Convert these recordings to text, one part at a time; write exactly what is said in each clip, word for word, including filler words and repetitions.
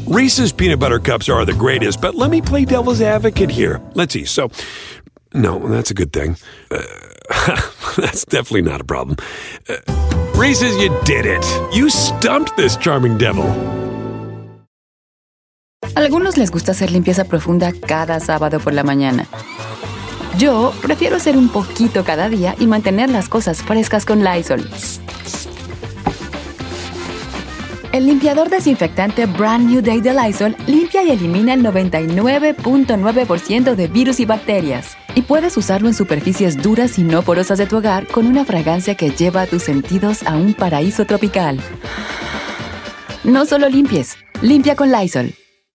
Reese's peanut butter cups are the greatest, but let me play devil's advocate here. Let's see. So, no, that's a good thing. Uh, that's definitely not a problem. Uh, Reese's, you did it. You stumped this charming devil. Algunos les gusta hacer limpieza profunda cada sábado por la mañana. Yo prefiero hacer un poquito cada día y mantener las cosas frescas con Lysol. El limpiador desinfectante Brand New Day de Lysol limpia y elimina el noventa y nueve punto nueve por ciento de virus y bacterias. Y puedes usarlo en superficies duras y no porosas de tu hogar con una fragancia que lleva a tus sentidos a un paraíso tropical. No solo limpies, limpia con Lysol.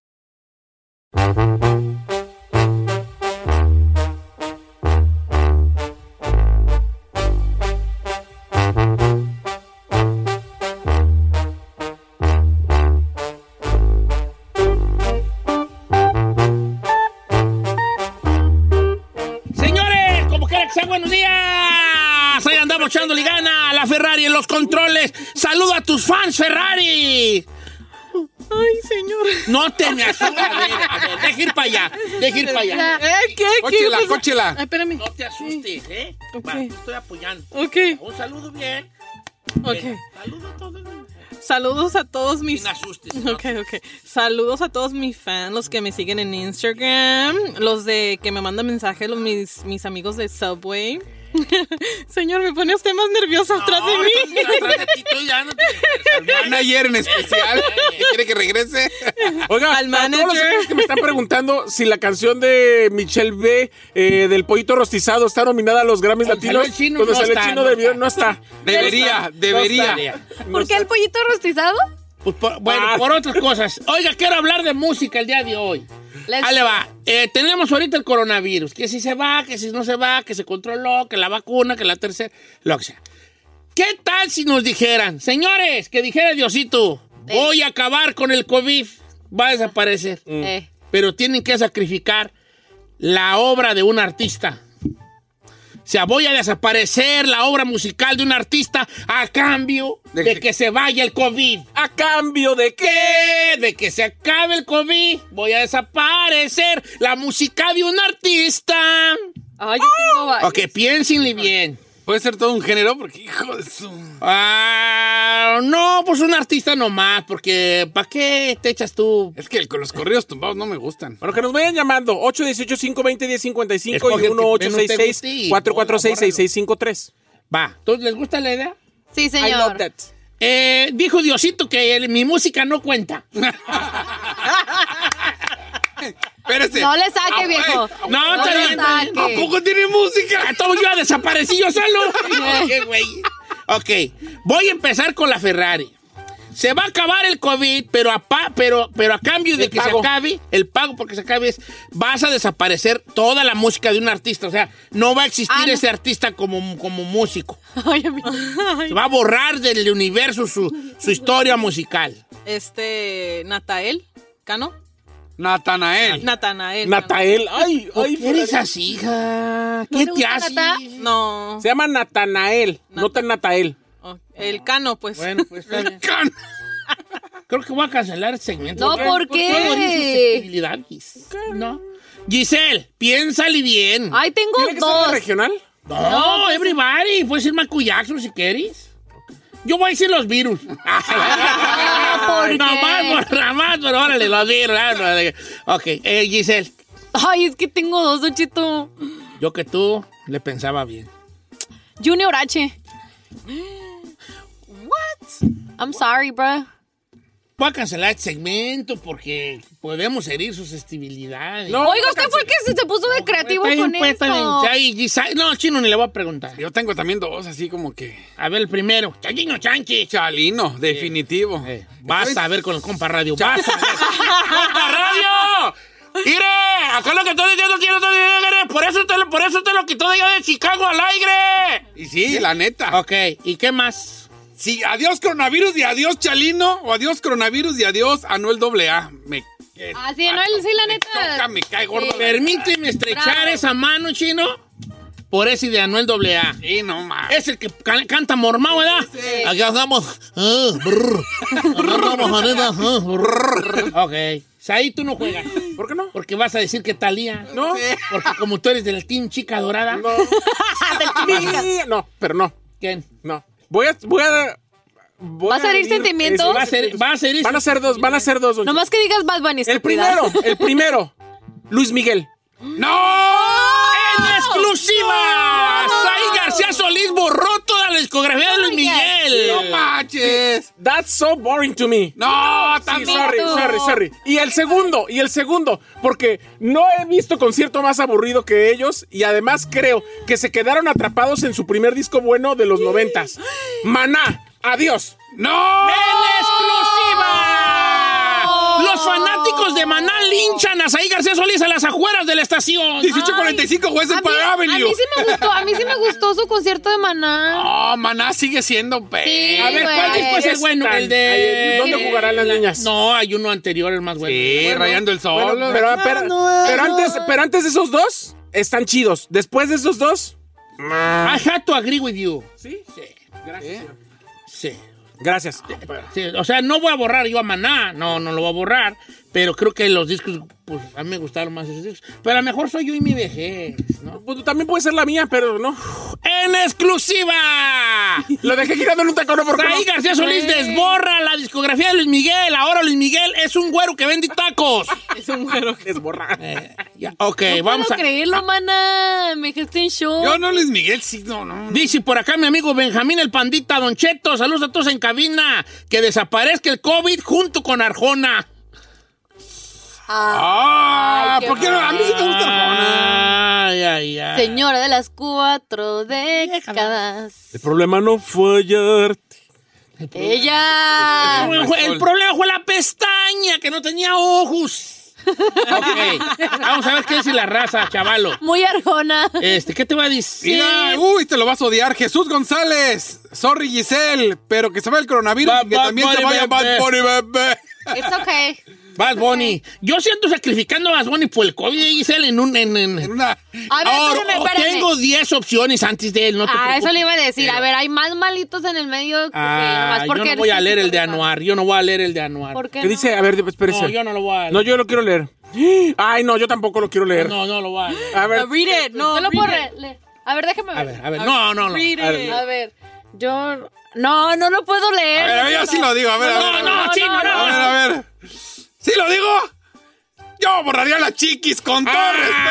Echándole gana a la Ferrari en los controles. ¡Saluda a tus fans, Ferrari! Ay, señor. No te me asustes. A ver, a ver, deja ir para allá. Deja ir para allá. ¿Eh? ¿Qué? Cóchela, ¿Qué? cóchela. Ay, espérame. No te asustes, ¿eh? Okay. Va, estoy apoyando. Ok. Un saludo bien. Ok. Bien. Saludo a todos. Saludos a todos mis... Sin asustes. Ok, ok. Saludos a todos mis fans, los que me siguen en Instagram, los de que me mandan mensajes, los mis, mis amigos de Subway. Señor, me pone usted más nervioso No, atrás de mí. estoy atrás de ti, estoy ya no te... Al manager en especial, que quiere que regrese. Oiga, Al para todos los manager. amigos que me están preguntando si la canción de Michelle B, eh, del Pollito Rostizado, está nominada a los Grammys Donde Latinos. salió el chino, donde no salió está, el chino no de video, está. no está. No Debería, debería. está. ¿Por qué el pollito rostizado? Pues por- bueno, Ah. por otras cosas. Oiga, quiero hablar de música el día de hoy. Let's- Ahí le va. Eh, tenemos ahorita el coronavirus. Que si se va, que si no se va, que se controló, que la vacuna, que la tercera, lo que sea. ¿Qué tal si nos dijeran, señores, que dijera Diosito, Sí. voy a acabar con el COVID, va a desaparecer? Eh. Pero tienen que sacrificar la obra de un artista. O sea, voy a desaparecer la obra musical de un artista a cambio de, De que, que- se vaya el COVID. ¿A cambio de qué? ¿Qué? De que se acabe el COVID, voy a desaparecer la música de un artista. Ay, yo tengo varios. Ok, piénsenle bien. Puede ser todo un género, porque hijo de su... Ah, no, pues un artista nomás, porque ¿para qué te echas tú? Es que el- los corridos tumbados no me gustan. Bueno, que nos vayan llamando. ocho uno ocho, cinco dos cero, uno cero cinco cinco Escoge y el uno que ocho menos seis te seis, guste y cuatro cuatro seis, seis seis cinco tres. Va, ¿entonces les gusta la idea? Sí, I love señor. that. Eh, dijo Diosito que el- mi música no cuenta. Espérese. No le saque, Ah, viejo. güey. No, No está le bien. saque. ¿A poco tiene música? Entonces yo desaparecí yo solo. ¿Qué, güey? Ok, voy a empezar con la Ferrari. Se va a acabar el COVID, pero a, pa- pero, pero a cambio de El que pago. se acabe, el pago porque se acabe es, vas a desaparecer toda la música de un artista. O sea, no va a existir Ah, no. ese artista como, como músico. Ay, a mí. Se va a borrar del universo su, su historia musical. Este, Natael, ¿Cano? Natanael. Natanael. Natael. Ay, ¿Por ay. qué eres así, hija? ¿Qué te te gusta hace? Nata? No, Se llama Natanael, no tan Natael. oh, el Cano, pues. Bueno, pues está bien. Creo que voy a cancelar este segmento. No, ¿por qué? Todo herir susceptibilidades. No. Giselle, piénsale bien. Ay, tengo ¿Tiene que ser dos. de regional? No, everybody. Puedes ir Michael Jackson si quieres. Yo voy a decir los virus. ¿por qué? No más, por nada más, pero órale, los virus. Ok, eh, Giselle, Ay, es que tengo dos, Don Cheto. yo que tú le pensaba bien. Junior H. What? I'm sorry, bro. Voy a cancelar este segmento porque podemos herir susceptibilidades. No, Oiga, ¿usted por qué se puso de creativo Está bien, con pues, está bien. esto? Ay, Giselle- no, chino, ni le voy a preguntar. Yo tengo también dos, así como que... A ver, el primero. Chayino Chanchi. Chalino, definitivo. Eh, vas a ver con el compa radio. Vas a ver. ¡Compa radio! ¡Mire! Acá lo que estoy diciendo tiene todo el Por eso te lo, por eso te lo quitó de allá de Chicago al aire. Y sí, la neta. Ok, ¿y qué más? Sí, adiós coronavirus y adiós Chalino, o adiós coronavirus y adiós Anuel doble A. Me... Ah, sí, Anuel, sí, la me neta. toca, me cae gordo. Sí. Permíteme estrechar Bravo. esa mano, chino. por ese de Anuel doble A. Sí, no más. Es el que can- canta mormao, ¿verdad? Sí. Aquí andamos. Ah, brr. Aquí andamos, Anita. Ah, brr. Ok. Ahí tú no juegas. ¿Por qué no? Porque vas a decir que Talía. No. Sí. Porque como tú eres del Team Chica Dorada. No. No, pero no. ¿Quién? No. Voy a. Voy a voy ¿Vas a herir dividir- sentimientos? eh, Va a ser, va a ser eso. Van a ser dos, van a ser dos. don Nomás que digas Bad Bunny. El primero, el primero. Luis Miguel. ¡No! ¡En exclusiva! Saí García Solís borró toda la discografía de Luis Miguel. No manches. That's so boring to me. No, Sí, también. sorry, sorry, sorry. Y el segundo, y el segundo, porque no he visto concierto más aburrido que ellos y además creo que se quedaron atrapados en su primer disco bueno de los noventas. Maná, adiós. No. ¡En exclusiva! Los fanáticos de Maná linchan a Saí García Solís a las afueras de la estación. dieciocho cuarenta y cinco West A mí, Empire a Avenue. mí sí me gustó, a mí sí me gustó su concierto de Maná. No, Maná sigue siendo pe. Sí, A ver, ¿cuál güey. disco es el bueno? El de... ¿Dónde jugarán las niñas? No, hay uno anterior, el más bueno. Sí, Bueno, Rayando el Sol. Bueno, pero, pero- pero antes, pero antes de esos dos, están chidos. Después de esos dos, I had to agree with you. ¿sí? Sí. Gracias. Sí. Gracias. Sí, o sea, no voy a borrar yo a Maná, no, no lo voy a borrar, pero creo que los discos, pues a mí me gustaron más esos discos. Pero a lo mejor soy yo y mi vejez, ¿no? Pues, también puede ser la mía, pero no. ¡En exclusiva! Lo dejé girando en un tacono porque Saí no. García Solís desborra la discografía de Luis Miguel. Ahora Luis Miguel es un güero que vende tacos. Es un güero. Desborrar. Eh, ya, ok, No vamos puedo a... creerlo, Maná. Me dejaste en shock. Yo no, Luis Miguel, sí, no, no. Dice por acá mi amigo Benjamín el Pandita, Don Cheto, saludos a todos en cabina. Que desaparezca el COVID junto con Arjona. Ah, Ay, qué ¿por qué no? A mí sí me gusta Arjona. Ay, ay, ay. Señora de las cuatro décadas. El problema no fue hallarte. Ella. El, el problema fue la pestaña, que no tenía ojos. Ok, vamos a ver qué dice la raza, chavalo. Muy Arjona. Este, ¿qué te va a decir? Mira, uy, te lo vas a odiar. Jesús González. Sorry, Giselle, pero que se vaya el coronavirus Bad- y que Bad también se Bunny, vaya bebé. Bad Bunny, bebé. It's okay. Bad Bunny. Yo siento sacrificando a Bad Bunny por el COVID, Giselle, en un... En, en- En una... A ver, Ahora, espérame, o espérame. tengo diez opciones antes de él, no te Ah, preocupes. eso le iba a decir. A ver, hay más malitos en el medio. que Ah, nomás yo porque no voy a eres leer el de rico. Anuar, yo no voy a leer el de Anuar. ¿Por qué ¿Qué no? dice? A ver, espérese. No, yo no lo voy a leer. No, yo lo quiero leer. Ay, no, yo tampoco lo quiero leer. No, no lo voy a leer. A ver. No, read it. No, Yo lo read puedo it. re- leer. A ver, déjame A ver. ver, a ver, no, no, no. Read A ver. it. A ver, yo... No, no lo puedo leer. A ver, a ver, yo sí lo digo. A ver, a ver. No, a ver. no, chino, no. A ver, a ver. ¿Sí lo digo? Yo borraría a la chiquis con todo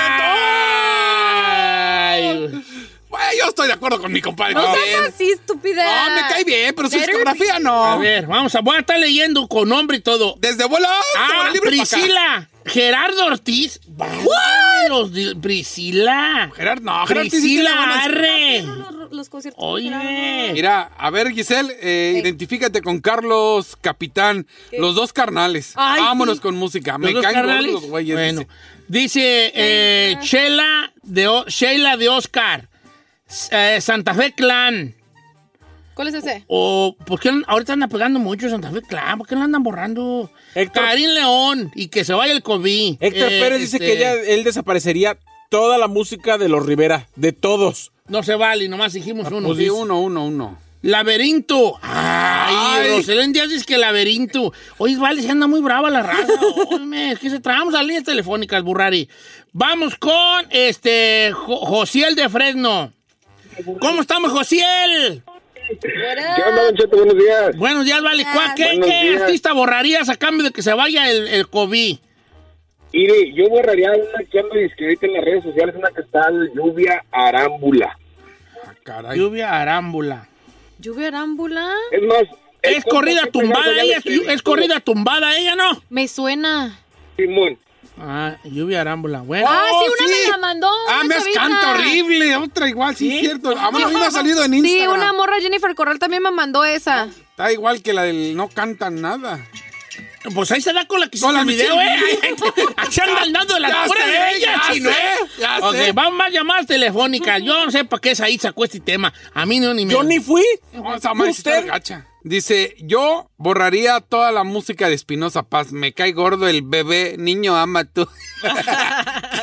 Ay. respeto. Bueno, yo estoy de acuerdo con mi compadre. No Bien. seas así, estúpida. No, me cae bien, pero su Let her discografía be. no. A ver, vamos a, voy a estar leyendo con nombre y todo. Desde vuelo Ah, libre pa' acá. Priscila, Gerardo Ortiz. Válgame los di- Priscila. Gerard, no, Gerard sí tiene Priscila buenas- Arre. Los, los conciertos. Oye. Mira, a ver, Giselle, eh, Sí. identifícate con Carlos Capitán, los dos carnales. Ay, Vámonos sí. con música. ¿Los Me dos caen carnales? gordos los güeyes. Bueno, dice. dice eh, Sheila de, O- Sheila de Oscar. eh, Santa Fe Clan. ¿Cuál es ese? O, ¿por qué ahorita andan pegando mucho Santa Fe Clan? ¿Por qué lo andan borrando? Héctor- Karim León y que se vaya el COVID. Héctor Eh, Pérez dice este, que ella, él desaparecería toda la música de los Rivera, de todos. No se vale, nomás dijimos uno. Pues di dice. uno, uno, uno. Laberinto. Ay, Ay. Roselén Díaz dice que laberinto. Oye, vale, se anda muy brava la raza. Oye, es que se trabamos a líneas telefónicas, Burrari. Vamos con este Jo- Josiel de Fresno. ¿Cómo estamos, Josiel? ¿Qué onda, Don Cheto? Buenos días. Buenos días, vale. ¿Cuál- ¿Qué, Buenos qué días. artista borrarías a cambio de que se vaya el, el COVID? Mire, yo borraría una que ando inscrita en las redes sociales, una que está Lluvia Arámbula. Ah, caray. Lluvia arámbula. ¿Lluvia arámbula? Es más... ¿Es corrida tumbada ella? ¿Es, es corrida tumbada ella, no? Me suena. Simón. Ah, lluvia arámbula. Bueno. Ah, sí, Oh, una sí. me la mandó. Ah, una me chavita. canta horrible. Otra igual, sí, es cierto. A mí me ha salido en Instagram. Sí, una morra Jennifer Corral también me mandó esa. Está igual que la del no canta nada. Pues ahí se da con la que hizo Con la el video, Michelle ¿eh? Aquí andan dando de la Ya locura sé, de ella, ya chino, sé, ¿eh? ya Ok, sé. vamos más llamadas telefónicas. Yo no sé para qué ahí sacó este tema. A mí no ni me... Yo ni fui. No, esa madre sí está ¿Usted? gacha. Dice, yo borraría toda la música de Espinosa Paz. Me cae gordo el bebé, niño, ama tú.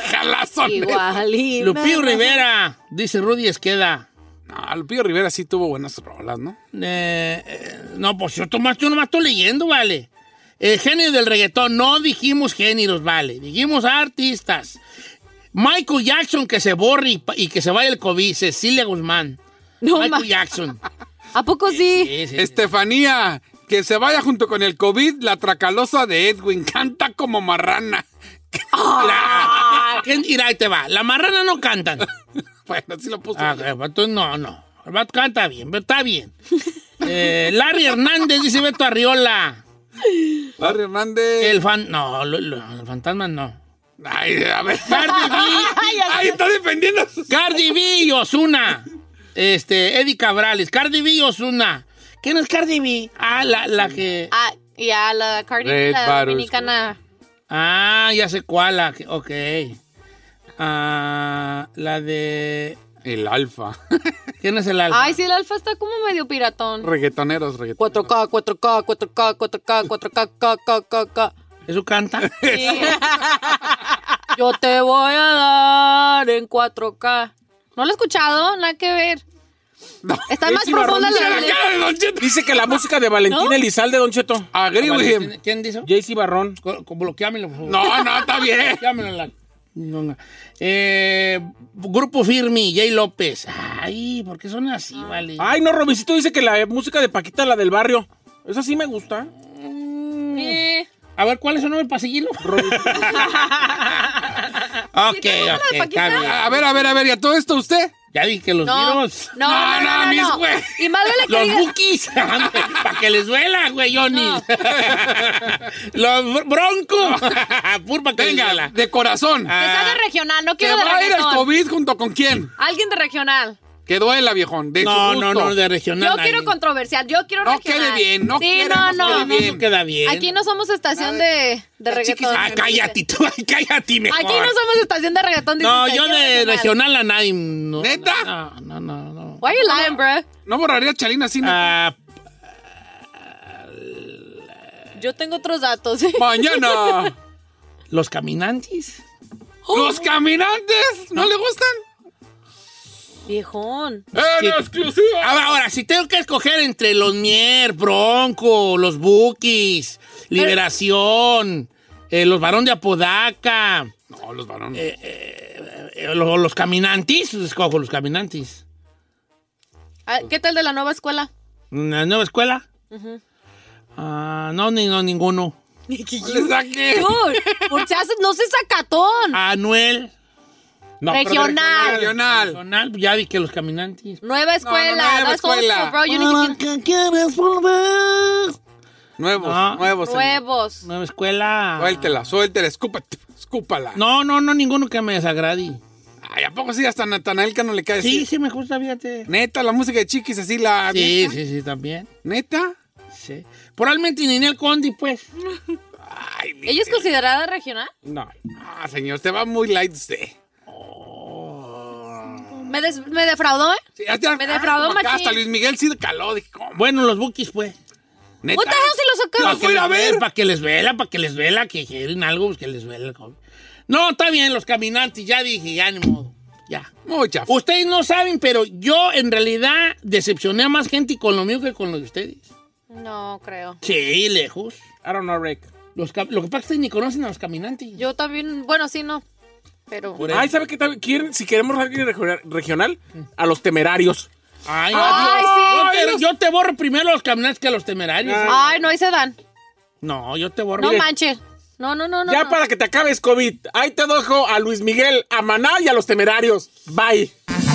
Jalazo. Igual y Lupillo me- Rivera, dice Rudy Esqueda. No, Lupillo Rivera sí tuvo buenas rolas, ¿no? Eh, eh, no, pues yo, Tomás, yo nomás estoy leyendo, vale. El género del reggaetón, no dijimos géneros, vale. Dijimos artistas. Michael Jackson, que se borre y, pa- y que se vaya el COVID. Cecilia Guzmán. No, Michael ma- Jackson. ¿A poco sí? Sí, sí. Estefanía, que se vaya junto con el COVID, la tracalosa de Edwin. Canta como marrana. Mira, ¿quién dirá? Ahí te va. La marrana no cantan. Bueno, así lo puso. Ah, el vato no, no. El vato canta bien, pero está bien. Eh, Larry Hernández, dice Beto Arriola. Larry Hernández. El fan... No, lo- lo- el fantasma no. Ay, a ver. Cardi B. Ahí está defendiendo a sus... Cardi B y Ozuna. Este, Eddie Cabrales. Cardi B y Ozuna. ¿Quién es Cardi B? Ah, la, la que... Ah, ya, la Cardi, Red la Barus. dominicana. Ah, ya sé cuál. La que... Ok. Ah, la de... El alfa. ¿Quién es el alfa? Ay, sí, el alfa está como medio piratón. Reggaetoneros, reggaetoneros. cuatro K, cuatro K, cuatro K, cuatro K, cuatro K, K, K, K, K. ¿Eso canta? Sí. Yo te voy a dar en cuatro K. ¿No lo he escuchado? Nada que ver. No. Está más Jaycee Barrón profunda dice la la letra. cara de Don Cheto. Dice que la música de Valentina ¿No? Elizalde, Don Cheto. Agree with him. ¿Quién dice? Jaycee Barrón. Co- co- Bloqueámelo, por favor. No, no, está bien. Bloqueámelo la... no, no. Eh, Grupo Firme, Jay López. Ay, ¿por qué son así, vale? Ay, no, Robicito dice que la música de Paquita, la del barrio. Esa sí me gusta. Eh, A ver, ¿cuál es su nombre para seguirlo? ok, ok, está bien. A ver, a ver, a ver, ¿y a todo esto usted? Ya dije que los no, no, virus. no, No, no, no, no, mis no. güey. Y más vale que Los digas- bookies. Para que les duela, güey, Johnny. Los br- broncos. Pur para que les Venga, duela. de corazón. Que sea de regional, no ¿Que quiero de va a ir el reggaetón. COVID junto con quién? Alguien de regional. Que duela, viejón. De No, su no, gusto. no, de regional. Yo nadie. quiero controversial, yo quiero No regional. quede bien, no Sí, queremos no, que no. quede bien. No queda bien. Aquí no somos estación de, de reggaetón. Ah, cállate tú, cállate mejor. Aquí no somos estación de reggaetón. dice No, usted, yo quiero de regional a nadie. No, ¿Neta? No, no, no, no. Why you lying, bro? No borraría a Chalina así. ¿no? Ah, Yo tengo otros datos. Mañana. los caminantes. Los caminantes. ¿No, le gustan? Viejón. En Sí. exclusiva. Ahora, ahora, si tengo que escoger entre los Mier, Bronco, los Bookies, Liberación, eh, los Barón de Apodaca, No, los varones. eh, los, los Caminantes, pues escojo los Caminantes. Ah, ¿qué tal de la nueva escuela? ¿Una nueva escuela? Ah, no, ni, no, ninguno. Le saqué. Dude, ¿por qué haces? No seas sacatón. Anuel, No, pero de Regional. Regional. Nacional, ya vi que los Caminantes. Nueva escuela. No, no, nueva That's old escuela. school, bro. You need to ¿Qué quieres volver? Nuevos, No. nuevos. señor. nuevos. Nueva escuela. Suéltela, suéltela, escúpala. escúpala. No, no, no, ninguno que me desagrade. Ay, ¿a poco sí? Hasta a Natanael que no le cae Sí, decir? sí, me gusta, fíjate. Neta, la música de Chiquis así la... Sí, ¿Neta? sí, sí, también. ¿Neta? Sí. Probablemente Ninel Condi, pues. Ay, mi- ¿Ella es considerada regional? No. Ah, señor, se va muy light usted. Me, des- me defraudó, ¿eh? Sí, hasta, Me defraudó, como acá, machín. hasta Luis Miguel sí caló. Dije, ¿cómo? Bueno, los Bookies, pues. ¿Neta? ¿What the hell si lo Yo sacamos? fui a ver. Para que les vela, para que les vela, que quieren algo, pues que les vela. No, está bien, los caminantes, ya dije, ya ni modo. Ya. Mucha. Ustedes no saben, pero yo en realidad decepcioné a más gente con lo mío que con lo de ustedes. No, creo. Sí, lejos. I don't know, Rick. Los cam- lo que pasa es que ustedes ni conocen a los caminantes. Yo también, bueno, sí, no. Pero. Por eso. Ay, ¿sabe qué? tal? ¿Quieren, si queremos alguien regional, regional, a los temerarios. Ay, Ay, no, sí. yo, te, yo te borro primero a los caminantes que a los temerarios. Ay, no, ahí se dan. No, yo te borro. No Mire, manches. No, no, no, no. ya no. para que te acabes COVID, ahí te dejo a Luis Miguel, a Maná y a los temerarios. Bye.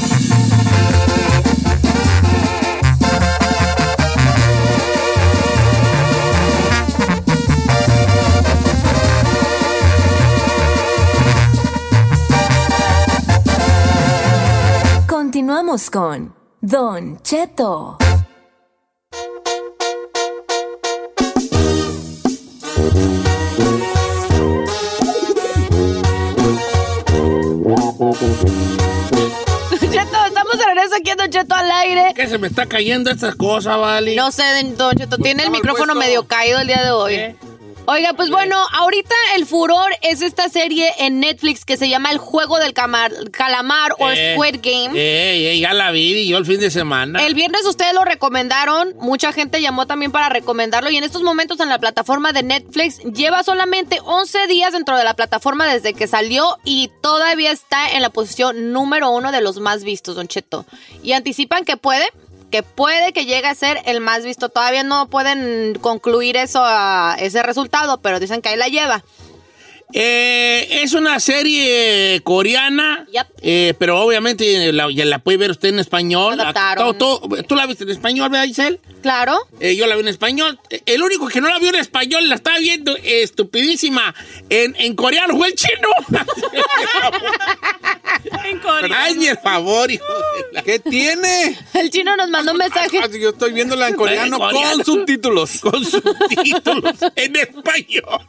Continuamos con Don Cheto. Cheto, estamos de regreso aquí en Don Cheto al aire. que se me está cayendo esta cosa, vale. No sé, Don Cheto, tiene el mal micrófono puesto. medio caído el día de hoy. ¿Qué? Oiga, pues bueno, ahorita el furor es esta serie en Netflix que se llama El Juego del Camar- Calamar o Eh, Squid Game. Eh, eh, ya la vi y yo el fin de semana. El viernes ustedes lo recomendaron, mucha gente llamó también para recomendarlo y en estos momentos en la plataforma de Netflix lleva solamente once días dentro de la plataforma desde que salió y todavía está en la posición número uno de los más vistos, Don Cheto. Y anticipan que puede... que puede que llegue a ser el más visto. Todavía no pueden concluir eso, a ese resultado, pero dicen que ahí la lleva. Eh, es una serie coreana, Yep. eh, pero obviamente la, ya la puede ver usted en español. Adaptaron. Todo- todo- ¿Tú la viste en español, verdad, Giselle? Claro. Eh, yo la vi en español. Eh, El único que no la vio en español la estaba viendo eh, estupidísima. En, en coreano fue el chino. En Corea. Hazme el favor, hijo de la- ¿Qué tiene? El chino nos mandó un mensaje. Ah, Yo estoy viéndola en coreano, En coreano. con subtítulos. Con subtítulos en español.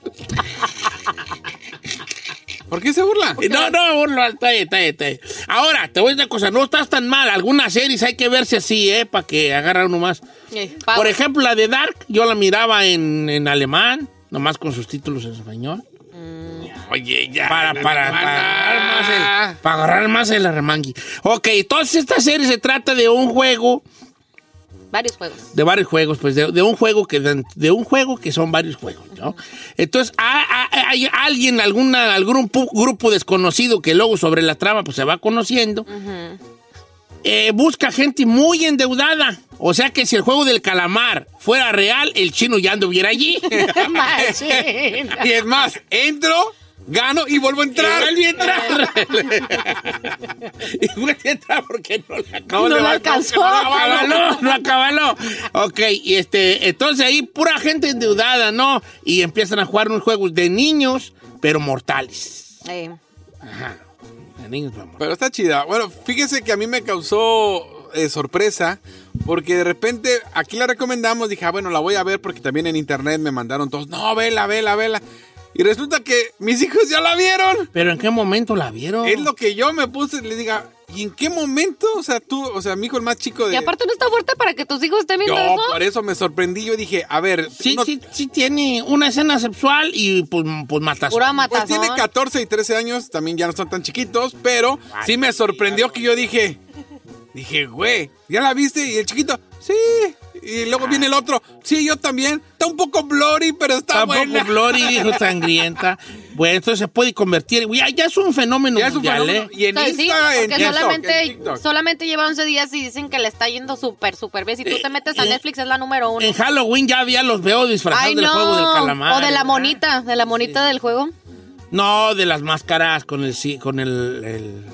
¿Por qué se burla? No, no, burlo, está ahí, está ahí, está ahí. Ahora, te voy a decir una cosa, no estás tan mal. Algunas series hay que verse así, ¿eh? Para que agarre uno más. Eh, Por Pau. ejemplo, la de Dark, yo la miraba en, en alemán, nomás con sus títulos en español. Oye, ya. Para, para, para, agarrar más el, para agarrar más el arremangui. Ok, entonces esta serie se trata de un juego, Varios juegos. de varios juegos, pues de, de un juego que de, de un juego que son varios juegos, ¿no? Entonces, ha- ha- hay alguien, alguna, algún pu- grupo desconocido que luego sobre la trama pues se va conociendo. Eh, busca gente muy endeudada. O sea que si el juego del calamar fuera real, el chino ya anduviera allí. Y es más, entro, gano y vuelvo a entrar. Y vuelve a entrar. Y vuelve a entrar porque no la No no la la alcanzó. No acabaló, no acabaló. Ok, y este, entonces ahí pura gente endeudada, ¿no? Y empiezan a jugar unos juegos de niños, pero mortales. Eh, Ajá. De niños, pero mortales. Pero está chida. Bueno, fíjese que a mí me causó eh, sorpresa porque de repente aquí la recomendamos. Dije, ah, bueno, la voy a ver porque también en internet me mandaron todos. No, vela, vela, vela. Y resulta que mis hijos ya la vieron. ¿Pero en qué momento la vieron? Es lo que yo me puse, le diga, ¿y en qué momento? O sea, tú, o sea, mi hijo el más chico de... Y aparte no está fuerte para que tus hijos estén viendo Yo, eso. por eso me sorprendí. Yo dije, a ver... Sí, no- sí, sí tiene una escena sexual y pues, pues matas. Pura Pues matazón. tiene catorce y trece años, también ya no son tan chiquitos, pero sí me sorprendió que yo dije, dije, güey, ¿ya la viste? Y el chiquito, sí. Y luego viene el otro, sí, yo también. Está un poco blurry, pero está Tampoco buena. Glory dijo sangrienta. Bueno, entonces se puede convertir. Ya, ya es un fenómeno Ya es un mundial, fenómeno. ¿eh? Y en Sí, Insta, en porque TikTok, solamente, en TikTok. solamente lleva once días y dicen que le está yendo súper, súper bien. Si tú Eh, te metes a eh, Netflix es la número uno. En Halloween ya había los veo disfrazados Ay, del no. juego del calamar. O de la ¿verdad? monita, de la monita del juego. No, de las máscaras con el sí, con el, el-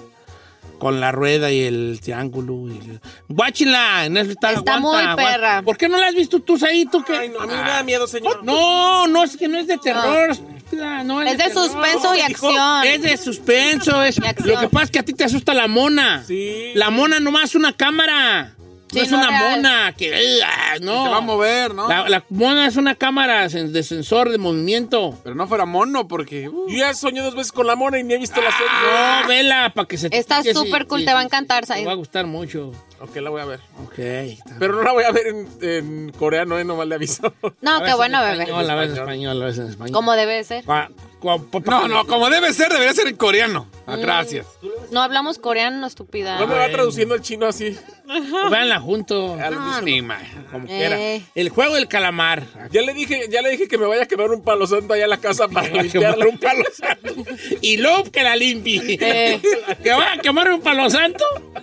con la rueda y el triángulo. Y el... Guáchenla, en Netflix está, Está aguanta, muy aguanta. perra. ¿Por qué no la has visto tú ahí? ¿Tú qué? Ay, no, a mí me da miedo, señor. No, no, es que no es de terror. No, Es de terror. suspenso y Dijo, acción. Es de suspenso. Es... Y acción. Lo que pasa es que a ti te asusta la mona. Sí. La mona nomás es una cámara. Sí, no es no una real. mona que... ah, no. Se va a mover, ¿no? La, la mona es una cámara sen- de sensor de movimiento. Pero no fuera mono, porque... uh, Yo ya soñé dos veces con la mona y ni he visto la serie. No, vela, para que se te... Está que sí, súper cool, sí, te va a sí, encantar, Te Said. va a gustar mucho. Ok, la voy a ver. Ok. está Pero no la voy a ver en, en coreano, ¿eh? Nomás le aviso. No, qué bueno, bien. bebé. Español, la ves en español, la ves en español. Como debe ser. Cua- cua- pa- pa- No, no, como debe ser, debería ser en coreano. Ah, gracias. No hablamos coreano, estúpida. No me va traduciendo el chino así. Véanla juntos. Al No, unísono. ni ma- Como Eh. quiera. El juego del calamar. Ya le dije, ya le dije que me vaya a quemar un palo santo allá a la casa para Que va a limpiarla. quemar un palo santo. Y luego que la limpie. Eh. Que va a quemar un palo santo.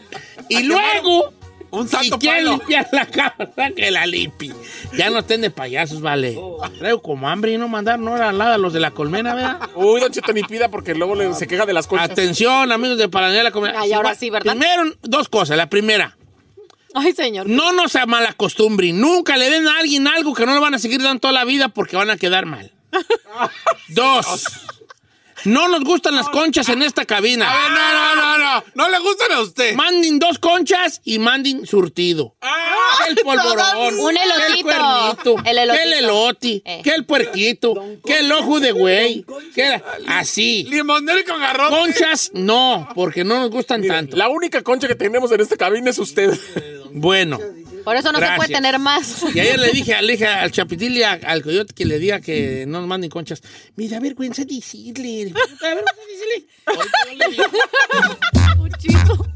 Y luego... Un Si santo quieren palo. limpiar la casa, que la limpie. Ya no estén de payasos, vale. Traigo como hambre y no mandar no era nada los de la colmena, ¿verdad? Uy, don Cheto, ni pida porque luego le- se queja de las conchas. Atención, amigos de Paranía la Colmena. Ay, ahora sí, ¿verdad? Primero, dos cosas. La primera, Ay, señor. no nos malacostumbren. Nunca le den a alguien algo que no le van a seguir dando toda la vida porque van a quedar mal. Dos, no nos gustan las conchas en esta cabina. A ver, no, no, no, no. No le gustan a usted. Manden dos conchas y manden surtido. Que el polvorón. Un elotito. Que el cuernito. El elotito. Que el eloti. Eh. Que el puerquito. Que el ojo de güey. Que así. Limonero con garrote. Conchas, no, porque no nos gustan Mire, tanto. la única concha que tenemos en esta cabina es usted. Bueno, Por eso no Gracias. se puede tener más. Y ayer le dije, le dije al Chapitil y a- al Coyote que le diga que no nos manden conchas. Me da vergüenza decirle. Me da vergüenza decirle. Ahorita yo le digo. Cuchito.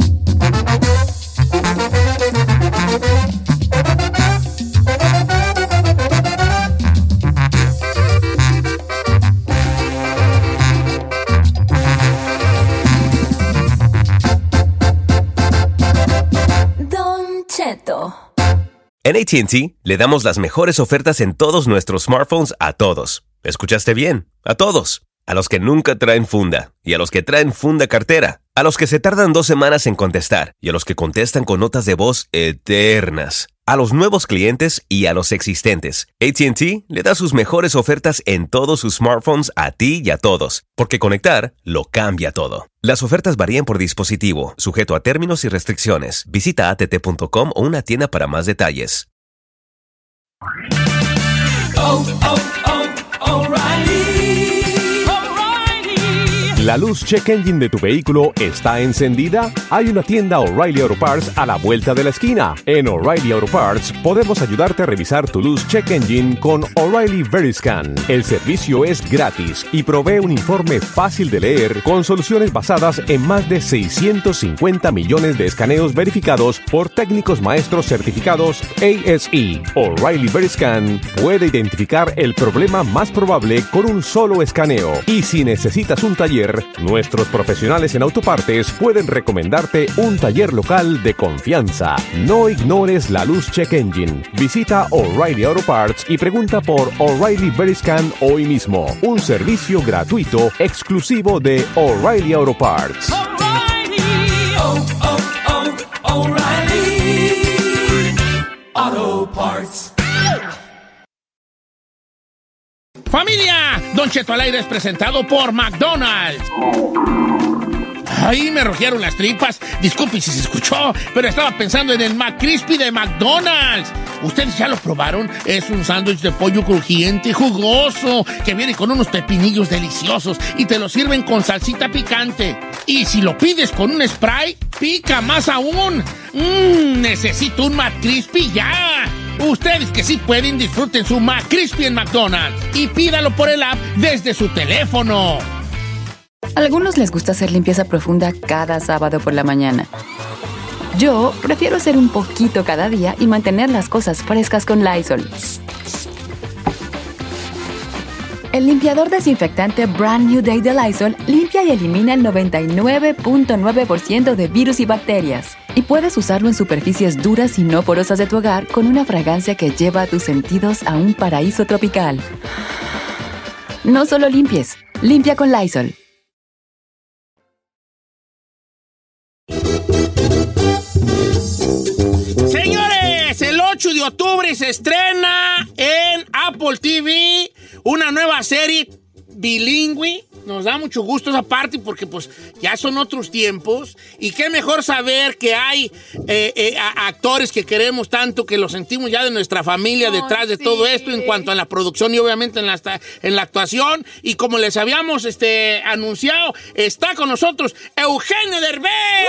Don Cheto. En A T and T le damos las mejores ofertas en todos nuestros smartphones a todos. ¿Escuchaste bien? A todos. A los que nunca traen funda y a los que traen funda cartera. A los que se tardan dos semanas en contestar y a los que contestan con notas de voz eternas. A los nuevos clientes y a los existentes. A T and T le da sus mejores ofertas en todos sus smartphones a ti y a todos. Porque conectar lo cambia todo. Las ofertas varían por dispositivo, sujeto a términos y restricciones. Visita A T T punto com o una tienda para más detalles. Oh, oh, oh, O'Reilly. ¿La luz check engine de tu vehículo está encendida? Hay una tienda O'Reilly Auto Parts a la vuelta de la esquina. En O'Reilly Auto Parts podemos ayudarte a revisar tu luz check engine con O'Reilly Veriscan. El servicio es gratis y provee un informe fácil de leer con soluciones basadas en más de seiscientos cincuenta millones de escaneos verificados por técnicos maestros certificados A S E. O'Reilly Veriscan puede identificar el problema más probable con un solo escaneo. Y si necesitas un taller, nuestros profesionales en autopartes pueden recomendarte un taller local de confianza. No ignores la luz check engine. Visita O'Reilly Auto Parts y pregunta por O'Reilly Veriscan hoy mismo. Un servicio gratuito exclusivo de O'Reilly Auto Parts. O'Reilly. Oh, oh, oh, O'Reilly. Auto Parts. ¡Familia! Don Cheto al aire es presentado por McDonald's. Ay, me rugieron las tripas. Disculpe si se escuchó, pero estaba pensando en el McCrispy de McDonald's. ¿Ustedes ya lo probaron? Es un sándwich de pollo crujiente y jugoso que viene con unos pepinillos deliciosos y te lo sirven con salsita picante. Y si lo pides con un spray, pica más aún. Mmm, necesito un McCrispy ya. Ustedes que sí pueden, disfruten su McCrispy en McDonald's y pídalo por el app desde su teléfono. A algunos les gusta hacer limpieza profunda cada sábado por la mañana. Yo prefiero hacer un poquito cada día y mantener las cosas frescas con Lysol. El limpiador desinfectante Brand New Day de Lysol limpia y elimina el noventa y nueve punto nueve por ciento de virus y bacterias. Y puedes usarlo en superficies duras y no porosas de tu hogar con una fragancia que lleva a tus sentidos a un paraíso tropical. No solo limpies, limpia con Lysol. Señores, el ocho de octubre se estrena en Apple T V una nueva serie bilingüe. Nos da mucho gusto esa parte porque pues ya son otros tiempos y qué mejor saber que hay eh, eh, a- actores que queremos tanto, que los sentimos ya de nuestra familia detrás de todo esto en cuanto a la producción y obviamente en la, en la actuación. Y como les habíamos este, anunciado, está con nosotros Eugenio Derbez.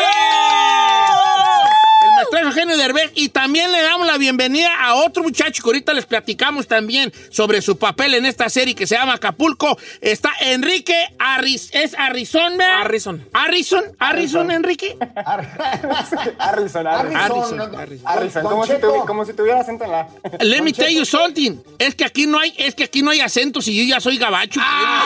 El maestro Eugenio Derbez. Y también le damos la bienvenida a otro muchacho que ahorita les platicamos también sobre su papel en esta serie que se llama Acapulco. Está Enrique Arris, ¿es Arrizón? Harrison. Harrison. Harrison, Enrique. Harrison, Harrison. Harrison, Harrison, como, si tuvi- como si tuviera acento en la... Let me tell you something. Es que aquí no hay, es que aquí no hay acentos y yo ya soy gabacho.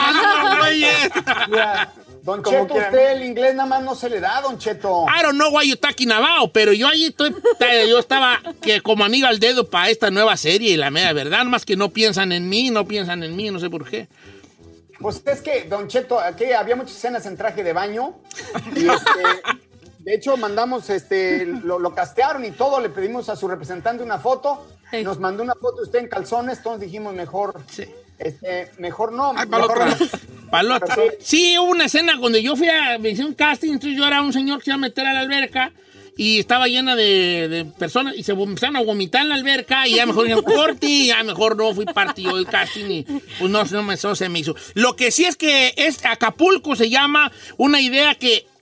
Mira, Don Como Cheto, quieran. usted el inglés nada más no se le da, Don Cheto. I don't know why you talking about, pero yo allí estoy, yo estaba que como anillo al dedo para esta nueva serie, y la mera verdad, más que no piensan en mí, no piensan en mí, no sé por qué. Pues es que, Don Cheto, aquí había muchas escenas en traje de baño. Y este, de hecho, mandamos, este, lo, lo castearon y todo. Le pedimos a su representante una foto. Nos mandó una foto usted en calzones. Todos dijimos mejor. Este, mejor no. Ay, para mejor otra. no. Para otra. Sí, hubo una escena donde yo fui a me hice un casting, entonces yo era un señor que se iba a meter a la alberca y estaba llena de, de personas y se empezaron a vomitar en la alberca y ya mejor dijeron corte y ya mejor no fui partido del casting y pues no, no, me, no se me hizo. Lo que sí es que es Acapulco se llama una idea que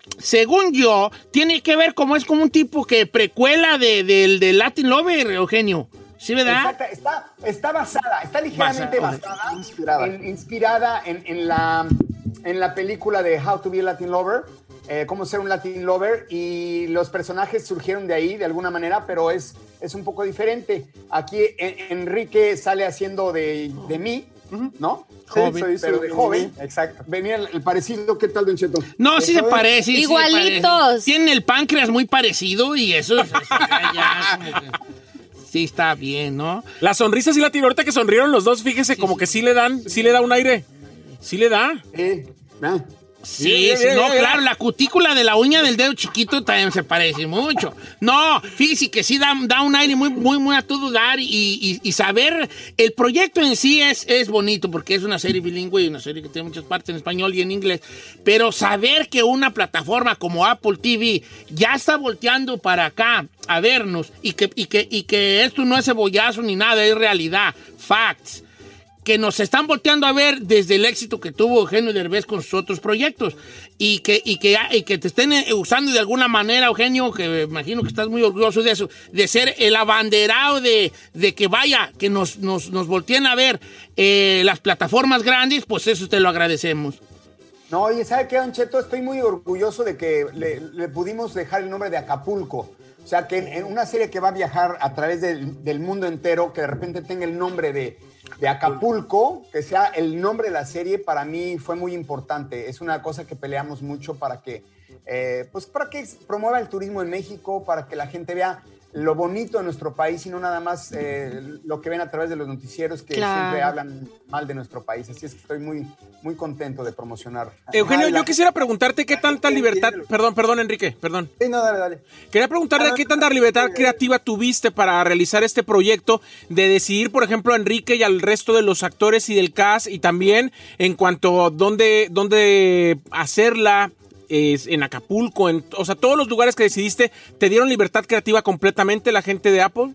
según yo, tiene que ver como es como un tipo que precuela de, de, de Latin Lover, Eugenio. ¿Sí, verdad? Exacto, está, está basada, está ligeramente Basa- basada, Inspirada. en, inspirada en, en la, en la película de How to be a Latin Lover, eh, cómo ser un Latin Lover, y los personajes surgieron de ahí de alguna manera, pero es, es un poco diferente. Aquí en- Enrique sale haciendo de, de mí, ¿no? Joven. Sí, Soy- soy pero de un joven. mí, exacto. Venía el, el parecido, ¿qué tal, Don Cheto? No, sí se Eso es- parece. sí se Igualitos. parece. Tienen el páncreas muy parecido y eso, eso ya, ya como que- sí está bien, ¿no? La sonrisa sí la tiene. Ahorita que sonrieron los dos, fíjese, Sí, como sí. que sí le dan, sí le da un aire. Sí le da. Eh, ah. Sí, Mira, sí, mira, no, mira. claro, la cutícula de la uña del dedo chiquito también se parece mucho. No, fíjese que sí da, da un aire muy, muy, muy a todo dar y, y, y saber, el proyecto en sí es, es bonito porque es una serie bilingüe y una serie que tiene muchas partes en español y en inglés, pero saber que una plataforma como Apple T V ya está volteando para acá a vernos y que, y que, y que esto no es cebollazo ni nada, es realidad, facts. Que nos están volteando a ver desde el éxito que tuvo Eugenio Derbez con sus otros proyectos y que, y que, y que te estén usando de alguna manera, Eugenio, que me imagino que estás muy orgulloso de eso, de ser el abanderado de, de que vaya, que nos, nos, nos volteen a ver eh, las plataformas grandes, pues eso te lo agradecemos. No, oye, ¿sabe qué, Don Cheto? Estoy muy orgulloso de que le, le pudimos dejar el nombre de Acapulco. O sea, que en, en una serie que va a viajar a través del, del mundo entero, que de repente tenga el nombre de, de Acapulco, que sea el nombre de la serie, para mí fue muy importante. Es una cosa que peleamos mucho para que, eh, pues para que promueva el turismo en México, para que la gente vea lo bonito de nuestro país y no nada más eh, lo que ven a través de los noticieros que Claro. siempre hablan mal de nuestro país. Así es que estoy muy, muy contento de promocionar. Eugenio, Ay, la- yo quisiera preguntarte qué tanta libertad... Perdón, perdón, Enrique, perdón. Sí, no, dale, dale. Quería preguntarle qué tanta libertad creativa tuviste para realizar este proyecto, de decidir, por ejemplo, a Enrique y al resto de los actores y del cast, y también en cuanto a dónde, dónde hacerla, es en Acapulco, en, o sea, todos los lugares que decidiste, ¿te dieron libertad creativa completamente la gente de Apple?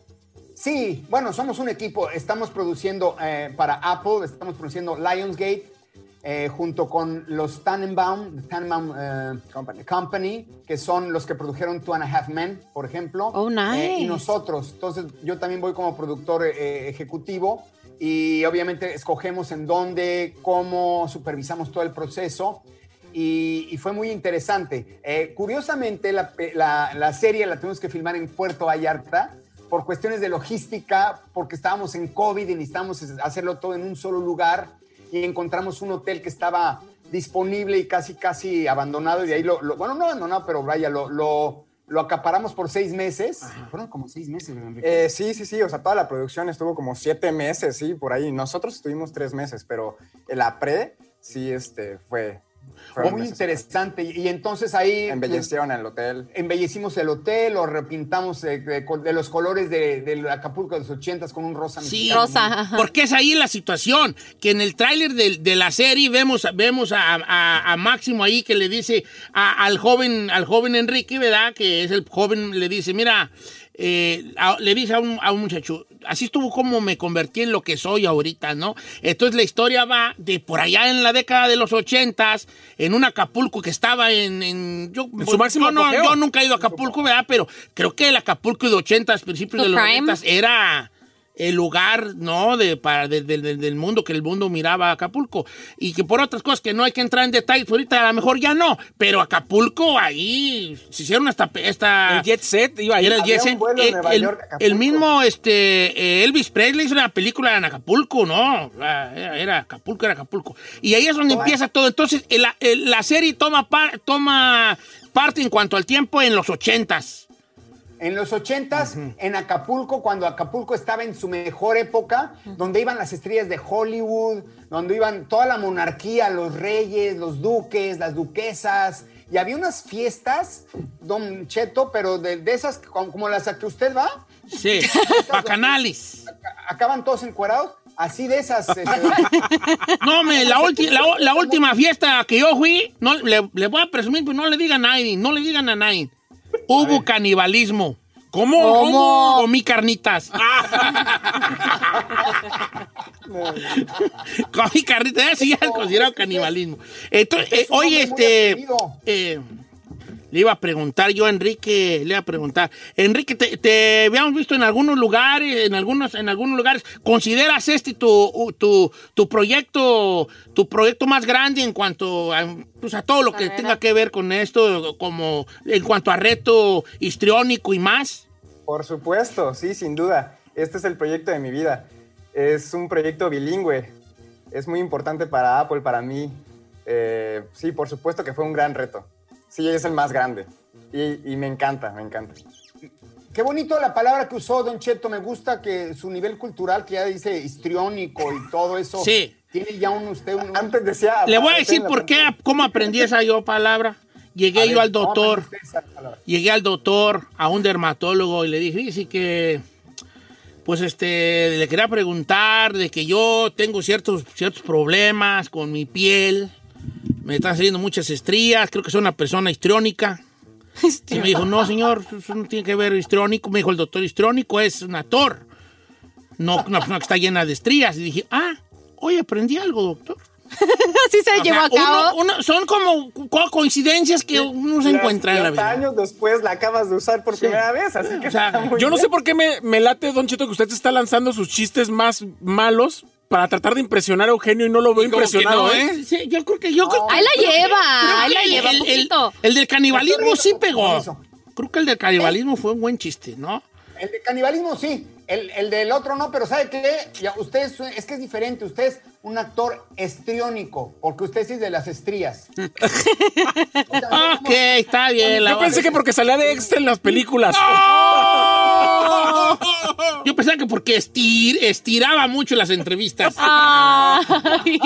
Sí, bueno, somos un equipo. Estamos produciendo eh, para Apple, estamos produciendo Lionsgate, eh, junto con los Tannenbaum, Tannenbaum eh, Company. Company, que son los que produjeron Two and a Half Men, por ejemplo. Oh, nice. Eh, y nosotros. Entonces, yo también voy como productor eh, ejecutivo y obviamente escogemos en dónde, cómo supervisamos todo el proceso. Y, y fue muy interesante. Eh, curiosamente, la, la, la serie la tuvimos que filmar en Puerto Vallarta por cuestiones de logística, porque estábamos en COVID y necesitábamos hacerlo todo en un solo lugar y encontramos un hotel que estaba disponible y casi, casi abandonado y de ahí lo, lo bueno, no abandonado, pero vaya, lo, lo, lo acaparamos por seis meses. Ajá. Fueron como seis meses, Enrique. Eh, sí, sí, sí, o sea, toda la producción estuvo como siete meses, sí, por ahí. Nosotros estuvimos tres meses, pero la pre, sí, este, fue... Fue muy interesante. Y, y entonces ahí... Embellecieron el hotel. Embellecimos el hotel, lo repintamos de, de, de los colores de, de Acapulco de los ochentas con un rosa. Sí, rosa. Porque es ahí la situación, que en el tráiler de, de la serie vemos, vemos a, a, a Máximo ahí que le dice a, al joven al joven Enrique, ¿verdad? Que es el joven, le dice, mira... Eh, a, le dice a un, a un muchacho, así estuvo como me convertí en lo que soy ahorita, ¿no? Entonces la historia va de por allá en la década de los ochentas, en un Acapulco que estaba en... en yo, en su máximo yo, no, apogeo. yo nunca he ido a Acapulco, ¿verdad? Pero creo que el Acapulco de ochentas, principios de los noventas, era... el lugar, ¿no? De, para, de, de, de, del mundo, que el mundo miraba a Acapulco. Y que por otras cosas que no hay que entrar en detalles, ahorita a lo mejor ya no. Pero Acapulco, ahí se hicieron esta... esta el jet set iba ahí. Era el Había jet un set. vuelo de El, Nueva el- York a Acapulco. el mismo este, Elvis Presley hizo una película en Acapulco, ¿no? Era, era Acapulco, era Acapulco. Y ahí es donde empieza todo. Entonces, el- el- la serie toma, par- toma parte en cuanto al tiempo en los ochentas. En los ochentas, uh-huh. en Acapulco, cuando Acapulco estaba en su mejor época, uh-huh. donde iban las estrellas de Hollywood, donde iban toda la monarquía, los reyes, los duques, las duquesas, y había unas fiestas, Don Cheto, pero de, de esas como, como las a que usted va. Sí, bacanales. Acaban todos encuerados. Así de esas. Este... No, me, la, ulti, la, la última fiesta que yo fui, no, le, le voy a presumir, pero no le digan a nadie, no le digan a nadie. Hubo canibalismo. ¿Cómo? ¿Cómo? Comí carnitas. Comí carnitas. Eso ya es considerado canibalismo. Entonces, eh, oye, este... Eh, Le iba a preguntar yo a Enrique, le iba a preguntar. Enrique, te, te habíamos visto en algunos lugares, en algunos, en algunos lugares. ¿Consideras este tu, tu, tu proyecto, tu proyecto más grande en cuanto a, pues, a todo lo que tenga que ver con esto, como en cuanto a reto histriónico y más? Por supuesto, sí, sin duda. Este es el proyecto de mi vida. Es un proyecto bilingüe. Es muy importante para Apple, para mí. Eh, sí, por supuesto que fue un gran reto. Sí, es el más grande. Y, y me encanta, me encanta. Qué bonito la palabra que usó Don Cheto. Me gusta que su nivel cultural, que ya dice histriónico y todo eso. Sí. Tiene ya un usted un... Antes decía... Le voy a decir por qué, cómo aprendí esa yo palabra. Llegué A yo ver, al doctor. ¿cómo aprendiste esa palabra? Llegué al doctor, a un dermatólogo, y le dije, sí, que... Pues este, le quería preguntar de que yo tengo ciertos, ciertos problemas con mi piel. Me están saliendo muchas estrías, creo que soy una persona histriónica. Y me dijo, no, señor, eso no tiene que ver histriónico. Me dijo el doctor, histriónico es un actor, no una persona que está llena de estrías. Y dije, ah, hoy aprendí algo, doctor. Así se O llevó sea, a cabo. uno- uno- son como co- coincidencias que uno se Las- encuentra en la hasta vida. años después la acabas de usar por primera vez, así que O sea, está muy Yo no bien. sé por qué me, me late, Don Cheto, que usted está lanzando sus chistes más malos para tratar de impresionar a Eugenio y no lo veo Y como que impresionado, no, ¿eh? ¿eh? Sí, yo creo que yo creo Ahí la creo que- lleva, creo ahí que la el- lleva un el, el, poquito. el del canibalismo Estoy sí riendo pegó. con eso. Creo que el del canibalismo fue un buen chiste, ¿no? El de canibalismo sí, el, el del otro no, pero ¿sabe qué? Ya, usted es, es que es diferente, usted es un actor estriónico, porque usted sí es de las estrías. Ok, está bien. la Yo pensé que porque salía de extra en las películas. Yo pensaba que porque estir, estiraba mucho las entrevistas. Ay.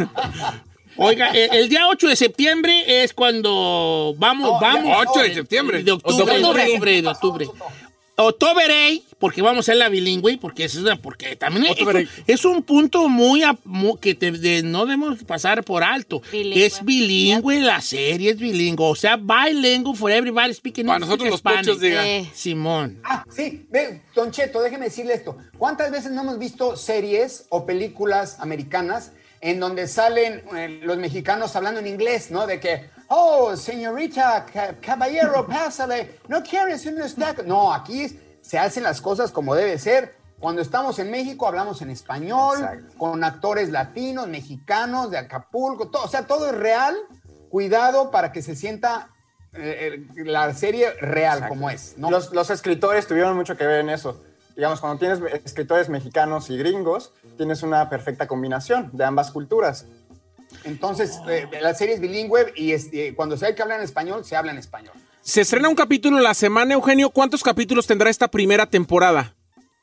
Oiga, el, el día ocho de septiembre es cuando vamos, No, vamos. ya, ocho de septiembre. De octubre, de Octubre. octubre, de octubre. October, porque vamos a hacer la bilingüe, porque es una, porque también es, October. es un punto muy, a- mu- que te- de- no debemos pasar por alto. Bilingüe. Es bilingüe, la serie es bilingüe, o sea, bilingual for everybody speaking Para English, nosotros los Spanish. pochos, diga. Eh, Simón. Ah, sí, ve, Don Cheto, déjeme decirle esto. ¿Cuántas veces no hemos visto series o películas americanas en donde salen eh, los mexicanos hablando en inglés, ¿no? De que, oh, señorita, ca- caballero, pásale, no quieres un snack. No, aquí es- se hacen las cosas como debe ser. Cuando estamos en México hablamos en español, Exacto. con actores latinos, mexicanos, de Acapulco, todo, o sea, todo es real. Cuidado para que se sienta eh, eh, la serie real Exacto. como es, ¿no? Los, los escritores tuvieron mucho que ver en eso. Digamos, cuando tienes escritores mexicanos y gringos, tienes una perfecta combinación de ambas culturas. Entonces, eh, la serie es bilingüe y es- eh, cuando se hay que hablar en español, se habla en español. Se estrena un capítulo a la semana, Eugenio. ¿Cuántos capítulos tendrá esta primera temporada?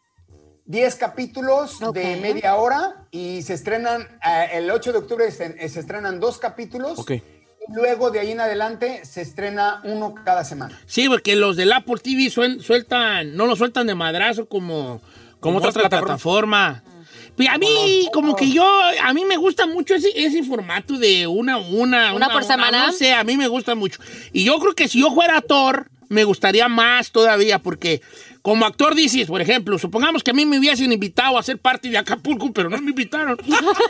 Diez capítulos Ok. de media hora y se estrenan, eh, el ocho de octubre se, eh, se estrenan dos capítulos. Ok. Y luego de ahí en adelante se estrena uno cada semana. Sí, porque los del Apple T V suel- sueltan, no lo sueltan de madrazo como, como otras otra plataformas. plataforma. Pero a mí, como que yo, a mí me gusta mucho ese, ese formato de una, una, ¿Una por semana? No sé, a mí me gusta mucho. Y yo creo que si yo fuera actor, me gustaría más todavía, porque como actor dices, por ejemplo, supongamos que a mí me hubiesen invitado a ser parte de Acapulco, pero no me invitaron.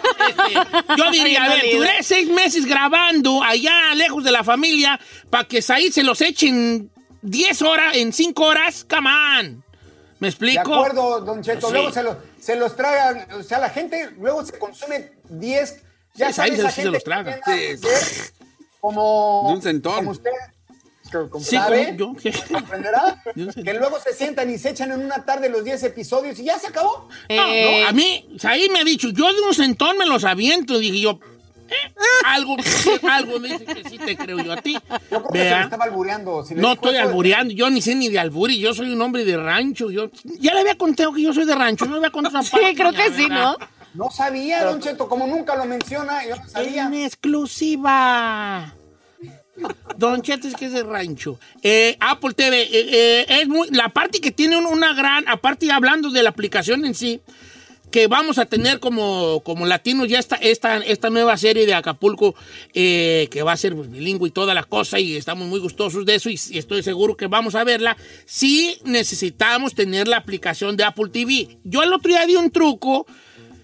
Este, yo diría, a ver, duré seis meses grabando allá lejos de la familia para que ahí se los echen diez horas, en cinco horas, come on. ¿Me explico? De acuerdo, Don Cheto. Sí. Luego se, los- se los tragan, o sea, la gente luego se consume diez. Ya Sí, sabe, ahí esa se- se gente los que traga. tiene Sí. que ser como, De un centón. como usted Co- como- Sí, ¿sabe? como yo. comprenderá, De un centón. que luego se sientan y se echan en una tarde los diez episodios y ya se acabó. No, Eh, no, a mí, ahí me ha dicho, yo de un centón me los aviento. Dije yo, eh, algo, algo me dice que sí te creo yo a ti. Yo creo que se Vea. me estaba albureando. Si le No dijo estoy eso- albureando, yo ni sé ni de alburi, yo soy un hombre de rancho. Yo ya le había contado que yo soy de rancho, no le había contado esa sí, parte, creo que la sí, verdad. ¿no? No sabía, Don Cheto, como nunca lo menciona, yo no sabía. En exclusiva. Don Cheto es que es de rancho. Eh, Apple T V, eh, eh, es muy, la parte que tiene un- una gran, aparte hablando de la aplicación en sí, que vamos a tener como, como latinos ya esta, esta, esta nueva serie de Acapulco, eh, que va a ser pues, bilingüe y toda la cosa, y estamos muy gustosos de eso, y, y estoy seguro que vamos a verla. Sí necesitamos tener la aplicación de Apple T V. Yo el otro día di un truco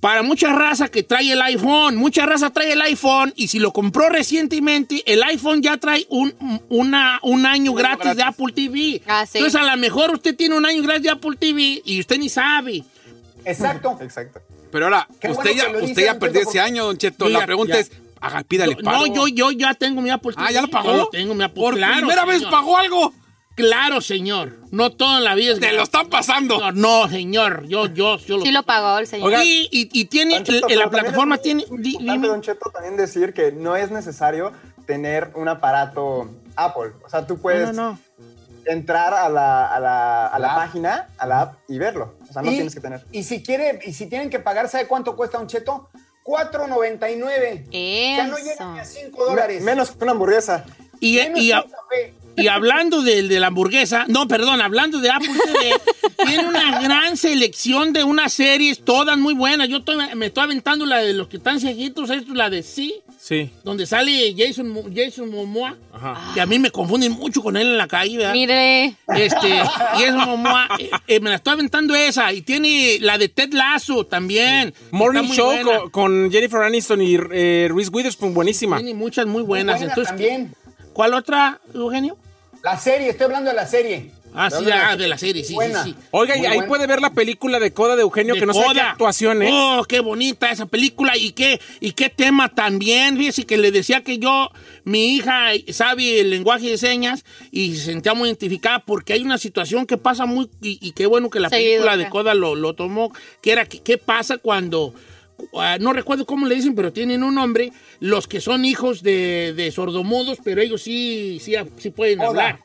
para mucha raza que trae el iPhone, mucha raza trae el iPhone y si lo compró recientemente, el iPhone ya trae un, una, un año Un gratis, gratis. de Apple T V. Ah, sí. Entonces, a lo mejor usted tiene un año gratis de Apple T V y usted ni sabe. Exacto. Exacto. Pero ahora, Qué usted bueno ya, que lo usted dice, ya don perdió Cheto, ese porque- año, Don Cheto. Yo La ya- pregunta ya. es, haga, pídale Yo- pago. no, yo, yo ya tengo mi Apple T V. Ah, ¿ya lo pagó? Yo lo tengo mi Apple Por claro, primera vez señor. pagó algo. Claro, señor. No todo en la vida es Te lo están pasando. No, no, señor. Yo, yo, yo lo Sí lo pagó el señor. Y, y, y tiene, Don Cheto, en pero la también plataforma es tiene... muy di- importante, dime. Don Cheto, también decir que no es necesario tener un aparato Apple. O sea, tú puedes No, no, entrar a la, a la, a la La app. página, a la app y verlo. O sea, no Y- tienes que tener. Y si quiere, y si tienen que pagar, ¿sabe cuánto cuesta un cheto? cuatro noventa y nueve. Ya no llega ni a cinco dólares. Me- menos que una hamburguesa. Y, Menos y, que a- un café. y hablando de, de la hamburguesa, no, perdón, hablando de Apple T V, tiene una gran selección de unas series, todas muy buenas. Yo estoy- me estoy aventando la de los que están cieguitos, esto, la de Sí, Sí. donde sale Jason, Mo- Jason Momoa, Ajá. que a mí me confunden mucho con él en la calle, ¿verdad? Mire. Este, Jason Momoa, eh, eh, me la estoy aventando esa, y tiene la de Ted Lasso también. Morning Está muy Show buena. con, con Jennifer Aniston y eh, Reese Witherspoon, buenísima. Tiene muchas muy Muy buenas. buena Entonces, también. ¿cuál otra, Eugenio? La serie, estoy hablando de la serie. Ah, sí, Estoy hablando ah, de la serie, sí, sí, Buena. sí. Oiga, y Muy ahí buena. puede ver la película de Coda de Eugenio, De que no sé qué Coda. actuación, ¿eh? Oh, qué bonita esa película y qué, y qué tema también. Fíjese que le decía que yo, mi hija sabe el lenguaje de señas y se sentía muy identificada porque hay una situación que pasa muy, y, y qué bueno que la Seguido, película de acá. Coda lo, lo tomó, que era que- qué pasa cuando, ah, no recuerdo cómo le dicen, pero tienen un nombre, los que son hijos de, de sordomudos, pero ellos sí, sí, sí pueden Coda. hablar.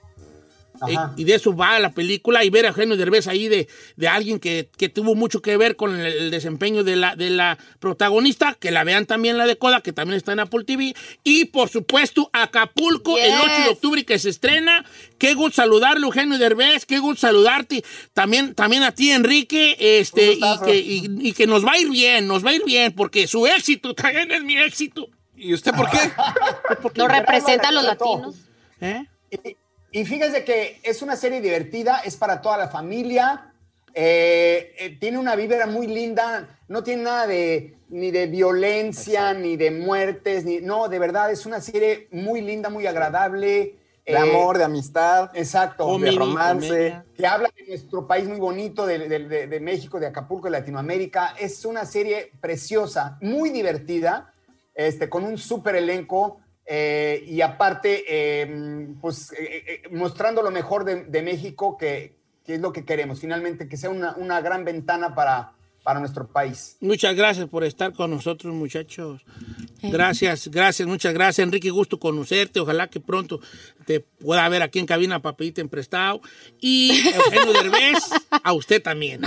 Ajá. Y de eso va la película y ver a Eugenio Derbez ahí de, de alguien que, que tuvo mucho que ver con el, el desempeño de la, de la protagonista, que la vean también la de Coda, que también está en Apple T V. Y por supuesto Acapulco, Yes. el ocho de octubre que se estrena. Qué gusto saludarle, Eugenio Derbez, qué gusto saludarte. También, también a ti, Enrique, este, Un y gustazo. que, y, y que nos va a ir bien, nos va a ir bien, porque su éxito también es mi éxito. ¿Y usted por qué? Lo representa a los Retrato. latinos. ¿Eh? Y, y fíjese que es una serie divertida, es para toda la familia, eh, eh, tiene una vibra muy linda, no tiene nada de ni de violencia, ni de muertes, ni, no, de verdad, es una serie muy linda, muy agradable. De eh, amor, de amistad, Exacto. de Comedy, romance. comedia. Que habla de nuestro país muy bonito, de, de- de- de México, de Acapulco, de Latinoamérica. Es una serie preciosa, muy divertida, este, con un súper elenco eh, y aparte, eh, pues, eh, eh, mostrando lo mejor de, de México, que, que es lo que queremos, finalmente, que sea una, una gran ventana para, para nuestro país. Muchas gracias por estar con nosotros, muchachos. Gracias, gracias, muchas gracias. Enrique, gusto conocerte. Ojalá que pronto te pueda ver aquí en cabina papelita en prestado. Y Eugenio Derbez, a usted también.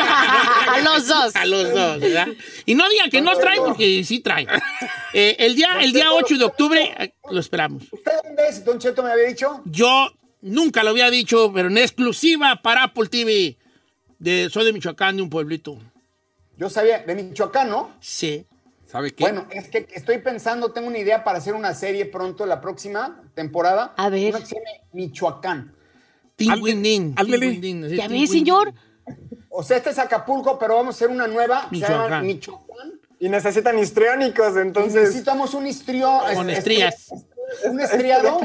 A los dos. A los dos, ¿verdad? Y no digan que no trae, porque sí trae. Eh, el día, el día ocho de octubre, eh, lo esperamos. ¿Usted dónde es? Don Cheto me había dicho. Yo nunca lo había dicho, pero en exclusiva para Apple T V. De, soy de Michoacán, de un pueblito. Yo sabía, de Michoacán, ¿no? Sí. ¿Sabe qué? Bueno, es que estoy pensando, tengo una idea para hacer una serie pronto, la próxima temporada. A ver. Una que se llame Michoacán. Tinguindín. ándele. Tinguindín, así, ¿Ya ve, tinguindín. señor? O sea, este es Acapulco, pero vamos a hacer una nueva. que Se llama Michoacán. Michoacán. Y necesitan histriónicos, entonces. Necesitamos un histrio. Con este, estrías. Un estriado.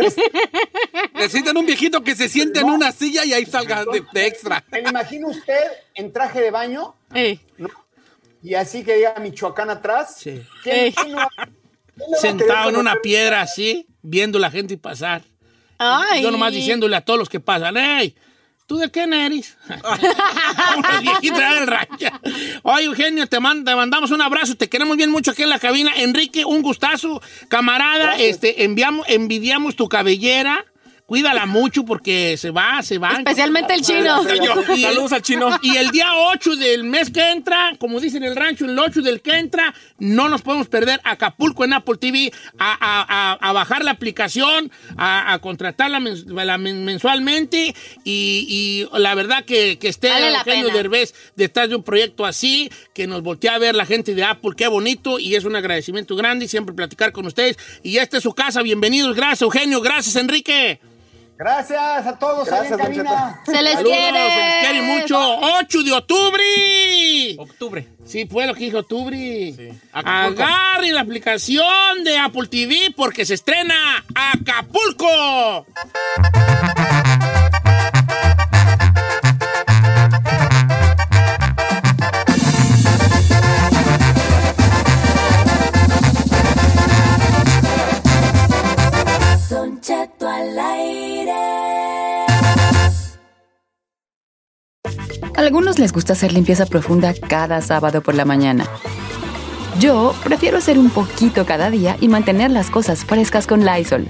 Necesitan un viejito que se siente en una silla y ahí salga de, de extra. ¿Me lo imagina usted en traje de baño? Eh. Y así que diga Michoacán atrás. Sí. ¿Quién- Eh. quién no va- quién no va a Sentado querer en una conocer? piedra así, viendo la gente pasar. Ay. Yo nomás diciéndole a todos los que pasan, ¡hey! ¿Tú de quién eres? Una viejita del rancho. Oye, Eugenio, te, mand- te mandamos un abrazo. Te queremos bien mucho aquí en la cabina. Enrique, un gustazo. Camarada, este, enviamos, envidiamos tu cabellera. Cuídala mucho porque se va, se va. Especialmente el chino. Y- Saludos al chino. Y el día ocho del mes que entra, como dicen en el rancho, el ocho del que entra, no nos podemos perder Acapulco en Apple T V, a, a- a- a bajar la aplicación, a, a contratarla mens- la men- mensualmente y, y la verdad que, que esté Vale la Eugenio pena. Derbez detrás de un proyecto así, que nos voltea a ver la gente de Apple, qué bonito y es un agradecimiento grande y siempre platicar con ustedes. Y esta es su casa, bienvenidos, gracias Eugenio, gracias Enrique. Gracias a todos. Gracias, ahí en Don cabina. Se les Saludos, quiere. se les quiere mucho. ocho de octubre. Octubre. Sí, fue lo que dijo octubre. Sí. Acapulco. Agarren la aplicación de Apple T V porque se estrena Acapulco. Don Cheto al aire. A algunos les gusta hacer limpieza profunda cada sábado por la mañana. Yo prefiero hacer un poquito cada día y mantener las cosas frescas con Lysol.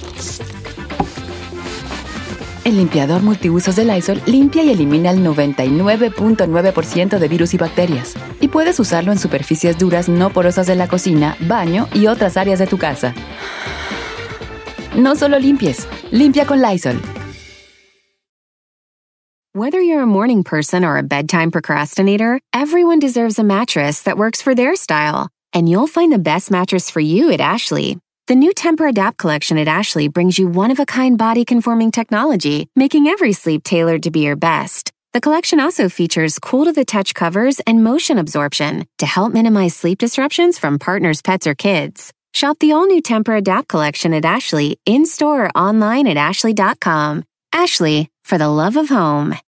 El limpiador multiusos de Lysol limpia y elimina el noventa y nueve punto nueve por ciento de virus y bacterias. Y puedes usarlo en superficies duras no porosas de la cocina, baño y otras áreas de tu casa. No solo limpies, limpia con Lysol. Whether you're a morning person or a bedtime procrastinator, everyone deserves a mattress that works for their style. And you'll find the best mattress for you at Ashley. The new Temper-Adapt collection at Ashley brings you one-of-a-kind body-conforming technology, making every sleep tailored to be your best. The collection also features cool-to-the-touch covers and motion absorption to help minimize sleep disruptions from partners, pets, or kids. Shop the all-new Temper-Adapt collection at Ashley, in-store or online at ashley dot com. Ashley, for the love of home.